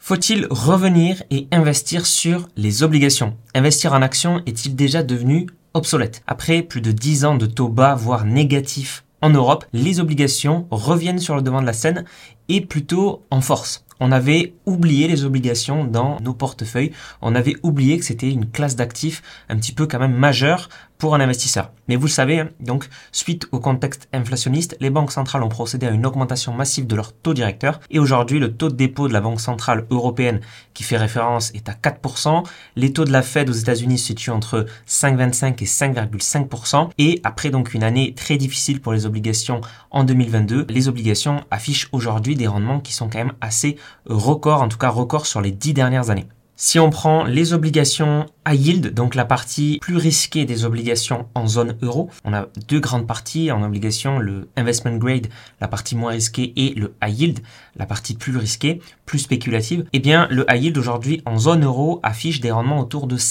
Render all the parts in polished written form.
Faut-il revenir et investir sur les obligations? Investir en actions est-il déjà devenu obsolète? Après plus de 10 ans de taux bas, voire négatifs en Europe, les obligations reviennent sur le devant de la scène et plutôt en force. On avait oublié les obligations dans nos portefeuilles. On avait oublié que c'était une classe d'actifs un petit peu quand même majeure pour un investisseur. Mais vous le savez, donc, suite au contexte inflationniste, les banques centrales ont procédé à une augmentation massive de leur taux directeur. Et aujourd'hui, le taux de dépôt de la Banque centrale européenne qui fait référence est à 4%. Les taux de la Fed aux États-Unis se situent entre 5,25 et 5,5%. Et après donc une année très difficile pour les obligations en 2022, les obligations affichent aujourd'hui des rendements qui sont quand même assez records, en tout cas records sur les 10 dernières années. Si on prend les obligations high yield, donc la partie plus risquée des obligations en zone euro, on a deux grandes parties en obligations, le investment grade, la partie moins risquée, et le high yield, la partie plus risquée, plus spéculative. Eh bien, le high yield aujourd'hui en zone euro affiche des rendements autour de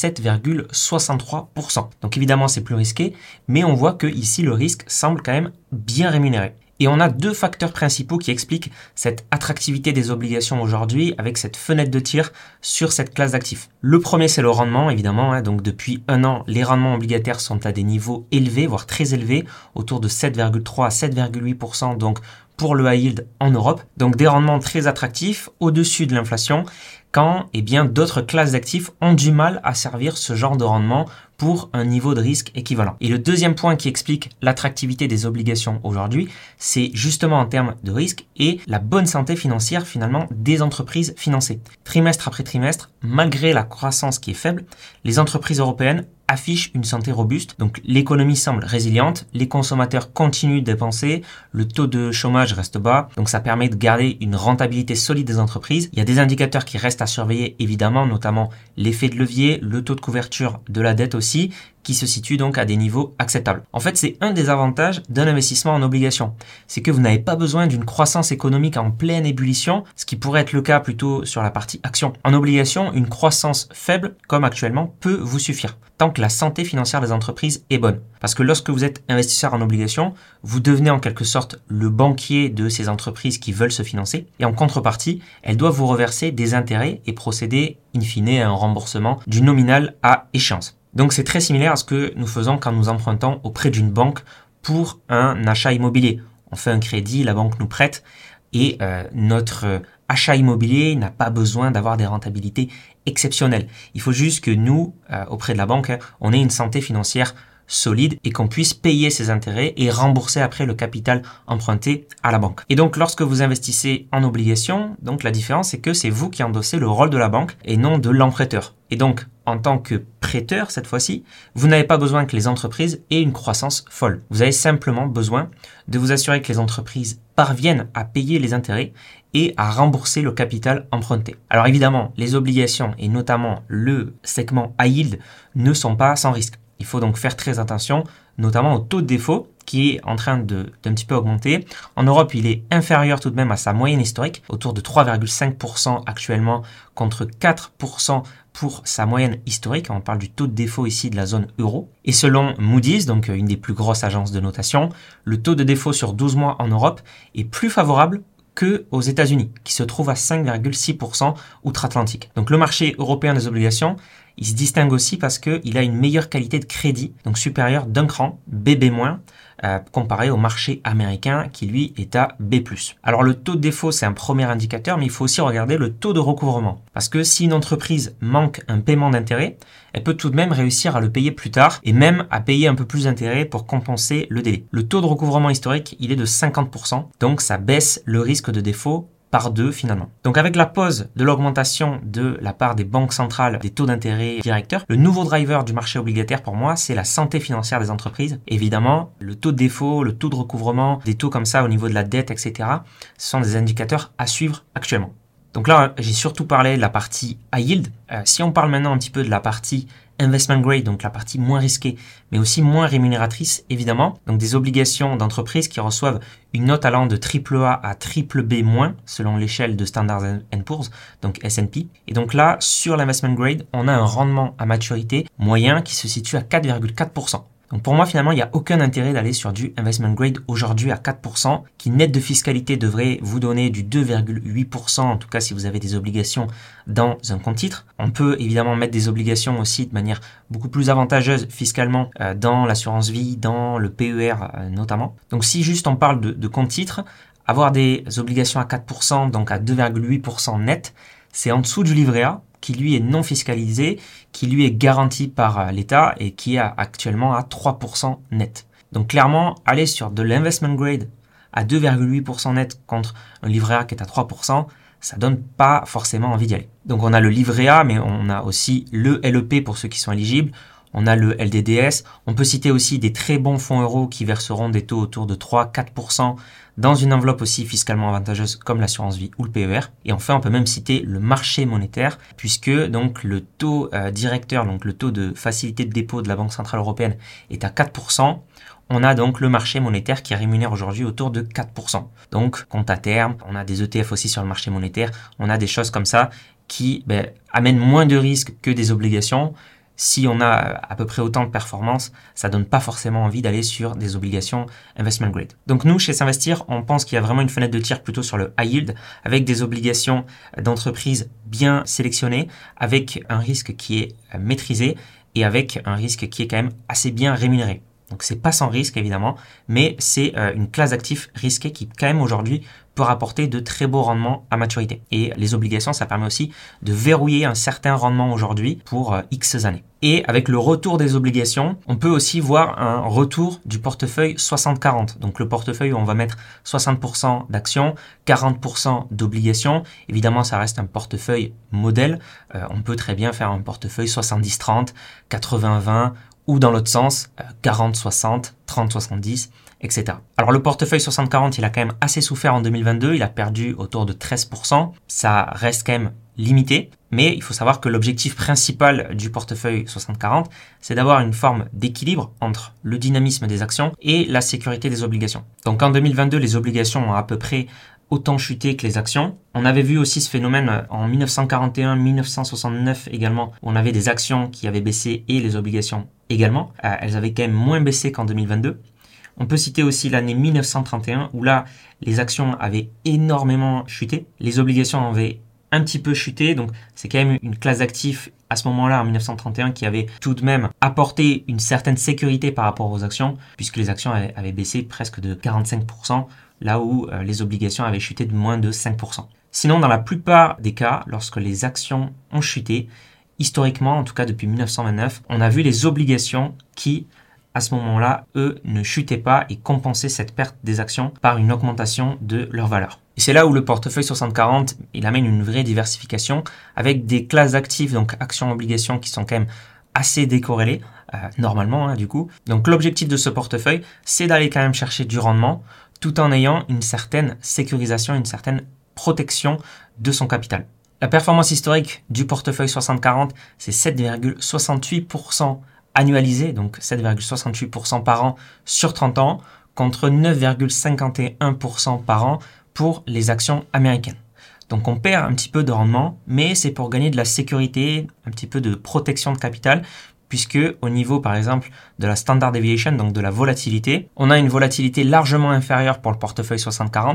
7,63%. Donc évidemment, c'est plus risqué, mais on voit que ici le risque semble quand même bien rémunéré. Et on a deux facteurs principaux qui expliquent cette attractivité des obligations aujourd'hui avec cette fenêtre de tir sur cette classe d'actifs. Le premier, c'est le rendement, évidemment. Donc depuis un an, les rendements obligataires sont à des niveaux élevés, voire très élevés, autour de 7,3 à 7,8%. Donc pour le high yield en Europe. Donc des rendements très attractifs au-dessus de l'inflation quand d'autres classes d'actifs ont du mal à servir ce genre de rendement pour un niveau de risque équivalent. Et le deuxième point qui explique l'attractivité des obligations aujourd'hui, c'est justement en termes de risque et la bonne santé financière finalement des entreprises financées. Trimestre après trimestre, malgré la croissance qui est faible, les entreprises européennes affichent une santé robuste. Donc l'économie semble résiliente, les consommateurs continuent de dépenser, le taux de chômage reste bas, donc ça permet de garder une rentabilité solide des entreprises. Il y a des indicateurs qui restent à surveiller évidemment, notamment l'effet de levier, le taux de couverture de la dette aussi, qui se situe donc à des niveaux acceptables. En fait, c'est un des avantages d'un investissement en obligations. C'est que vous n'avez pas besoin d'une croissance économique en pleine ébullition, ce qui pourrait être le cas plutôt sur la partie action. En obligation, une croissance faible, comme actuellement, peut vous suffire, tant que la santé financière des entreprises est bonne. Parce que lorsque vous êtes investisseur en obligations, vous devenez en quelque sorte le banquier de ces entreprises qui veulent se financer, et en contrepartie, elles doivent vous reverser des intérêts et procéder, in fine, à un remboursement du nominal à échéance. Donc c'est très similaire à ce que nous faisons quand nous empruntons auprès d'une banque pour un achat immobilier. On fait un crédit, la banque nous prête et notre achat immobilier n'a pas besoin d'avoir des rentabilités exceptionnelles. Il faut juste que nous, auprès de la banque, on ait une santé financière solide et qu'on puisse payer ses intérêts et rembourser après le capital emprunté à la banque. Et donc lorsque vous investissez en obligations, donc la différence c'est que c'est vous qui endossez le rôle de la banque et non de l'emprunteur. Et donc en tant que prêteur cette fois-ci, vous n'avez pas besoin que les entreprises aient une croissance folle. Vous avez simplement besoin de vous assurer que les entreprises parviennent à payer les intérêts et à rembourser le capital emprunté. Alors évidemment, les obligations et notamment le segment high yield ne sont pas sans risque. Il faut donc faire très attention, notamment au taux de défaut qui est en train d'un petit peu augmenter. En Europe, il est inférieur tout de même à sa moyenne historique, autour de 3,5% actuellement contre 4% pour sa moyenne historique. On parle du taux de défaut ici de la zone euro. Et selon Moody's, donc une des plus grosses agences de notation, le taux de défaut sur 12 mois en Europe est plus favorable qu'aux États-Unis, qui se trouve à 5,6% outre-Atlantique. Donc le marché européen des obligations, il se distingue aussi parce qu'il a une meilleure qualité de crédit, donc supérieure d'un cran, BB-, comparé au marché américain qui lui est à B+. Alors le taux de défaut, c'est un premier indicateur, mais il faut aussi regarder le taux de recouvrement. Parce que si une entreprise manque un paiement d'intérêt, elle peut tout de même réussir à le payer plus tard et même à payer un peu plus d'intérêt pour compenser le délai. Le taux de recouvrement historique, il est de 50%, donc ça baisse le risque de défaut par 2 finalement. Donc avec la pause de l'augmentation de la part des banques centrales des taux d'intérêt directeurs, le nouveau driver du marché obligataire pour moi, c'est la santé financière des entreprises. Évidemment, le taux de défaut, le taux de recouvrement, des taux comme ça au niveau de la dette, etc. Ce sont des indicateurs à suivre actuellement. Donc là, j'ai surtout parlé de la partie high yield. Si on parle maintenant un petit peu de la partie investment grade, donc la partie moins risquée, mais aussi moins rémunératrice, évidemment. Donc des obligations d'entreprise qui reçoivent une note allant de AAA à BBB-, selon l'échelle de Standard & Poor's, donc S&P. Et donc là, sur l'investment grade, on a un rendement à maturité moyen qui se situe à 4,4%. Donc pour moi, finalement, il n'y a aucun intérêt d'aller sur du investment grade aujourd'hui à 4%, qui net de fiscalité devrait vous donner du 2,8%, en tout cas si vous avez des obligations dans un compte titre. On peut évidemment mettre des obligations aussi de manière beaucoup plus avantageuse fiscalement dans l'assurance vie, dans le PER notamment. Donc si juste on parle de compte titre, avoir des obligations à 4%, donc à 2,8% net, c'est en dessous du livret A, qui lui est non fiscalisé, qui lui est garanti par l'État et qui est actuellement à 3% net. Donc clairement, aller sur de l'investment grade à 2,8% net contre un livret A qui est à 3%, ça donne pas forcément envie d'y aller. Donc on a le livret A, mais on a aussi le LEP pour ceux qui sont éligibles. On a le LDDS. On peut citer aussi des très bons fonds euros qui verseront des taux autour de 3-4% dans une enveloppe aussi fiscalement avantageuse comme l'assurance vie ou le PER. Et enfin, on peut même citer le marché monétaire puisque donc le taux directeur, donc le taux de facilité de dépôt de la Banque Centrale Européenne est à 4%. On a donc le marché monétaire qui rémunère aujourd'hui autour de 4%. Donc, compte à terme, on a des ETF aussi sur le marché monétaire. On a des choses comme ça qui amènent moins de risques que des obligations. Si on a à peu près autant de performance, ça donne pas forcément envie d'aller sur des obligations investment grade. Donc nous, chez S'Investir, on pense qu'il y a vraiment une fenêtre de tir plutôt sur le high yield, avec des obligations d'entreprise bien sélectionnées, avec un risque qui est maîtrisé et avec un risque qui est quand même assez bien rémunéré. Donc c'est pas sans risque évidemment, mais c'est une classe d'actifs risqués qui quand même aujourd'hui peut rapporter de très beaux rendements à maturité. Et les obligations, ça permet aussi de verrouiller un certain rendement aujourd'hui pour X années. Et avec le retour des obligations, on peut aussi voir un retour du portefeuille 60-40. Donc le portefeuille où on va mettre 60% d'actions, 40% d'obligations. Évidemment, ça reste un portefeuille modèle. On peut très bien faire un portefeuille 70-30, 80-20, ou dans l'autre sens, 40-60, 30-70, etc. Alors le portefeuille 60-40, il a quand même assez souffert en 2022, il a perdu autour de 13%, ça reste quand même limité, mais il faut savoir que l'objectif principal du portefeuille 60-40, c'est d'avoir une forme d'équilibre entre le dynamisme des actions et la sécurité des obligations. Donc en 2022, les obligations ont à peu près autant chuté que les actions. On avait vu aussi ce phénomène en 1941, 1969 également, où on avait des actions qui avaient baissé et les obligations également. Elles avaient quand même moins baissé qu'en 2022. On peut citer aussi l'année 1931, où là, les actions avaient énormément chuté. Les obligations avaient un petit peu chuté, donc c'est quand même une classe d'actifs à ce moment-là, en 1931, qui avait tout de même apporté une certaine sécurité par rapport aux actions, puisque les actions avaient baissé presque de 45%, là où les obligations avaient chuté de moins de 5%. Sinon, dans la plupart des cas, lorsque les actions ont chuté, historiquement, en tout cas depuis 1929, on a vu les obligations qui, à ce moment-là, eux, ne chutaient pas et compensaient cette perte des actions par une augmentation de leur valeur. Et c'est là où le portefeuille 60-40, il amène une vraie diversification avec des classes d'actifs, donc actions-obligations, qui sont quand même assez décorrélées, normalement, du coup. Donc l'objectif de ce portefeuille, c'est d'aller quand même chercher du rendement, tout en ayant une certaine sécurisation, une certaine protection de son capital. La performance historique du portefeuille 60-40, c'est 7,68% annualisé, donc 7,68% par an sur 30 ans, contre 9,51% par an pour les actions américaines. Donc on perd un petit peu de rendement, mais c'est pour gagner de la sécurité, un petit peu de protection de capital, puisque au niveau par exemple de la standard deviation, donc de la volatilité, on a une volatilité largement inférieure pour le portefeuille 60-40,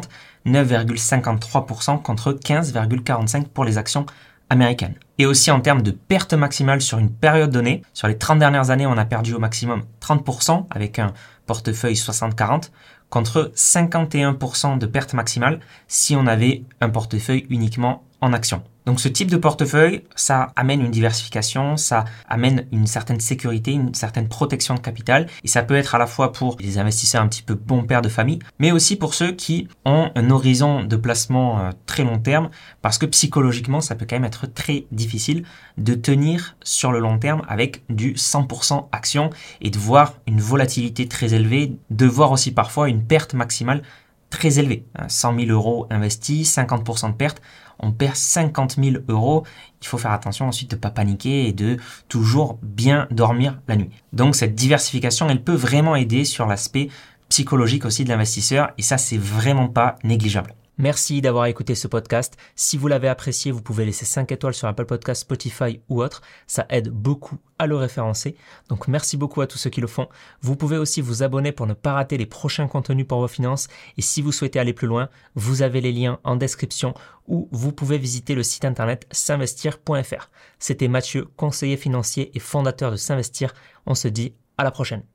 9,53% contre 15,45% pour les actions américaines. Et aussi en termes de perte maximale sur une période donnée, sur les 30 dernières années, on a perdu au maximum 30% avec un portefeuille 60-40, contre 51% de perte maximale si on avait un portefeuille uniquement en actions. Donc ce type de portefeuille, ça amène une diversification, ça amène une certaine sécurité, une certaine protection de capital, et ça peut être à la fois pour les investisseurs un petit peu bons pères de famille, mais aussi pour ceux qui ont un horizon de placement très long terme, parce que psychologiquement, ça peut quand même être très difficile de tenir sur le long terme avec du 100% action et de voir une volatilité très élevée, de voir aussi parfois une perte maximale très élevée. 100 000 euros investis, 50% de perte, on perd 50 000 euros. Il faut faire attention ensuite de ne pas paniquer et de toujours bien dormir la nuit. Donc cette diversification, elle peut vraiment aider sur l'aspect psychologique aussi de l'investisseur et ça, c'est vraiment pas négligeable. Merci d'avoir écouté ce podcast. Si vous l'avez apprécié, vous pouvez laisser 5 étoiles sur Apple Podcasts, Spotify ou autre. Ça aide beaucoup à le référencer. Donc merci beaucoup à tous ceux qui le font. Vous pouvez aussi vous abonner pour ne pas rater les prochains contenus pour vos finances. Et si vous souhaitez aller plus loin, vous avez les liens en description ou vous pouvez visiter le site internet s'investir.fr. C'était Mathieu, conseiller financier et fondateur de S'investir. On se dit à la prochaine.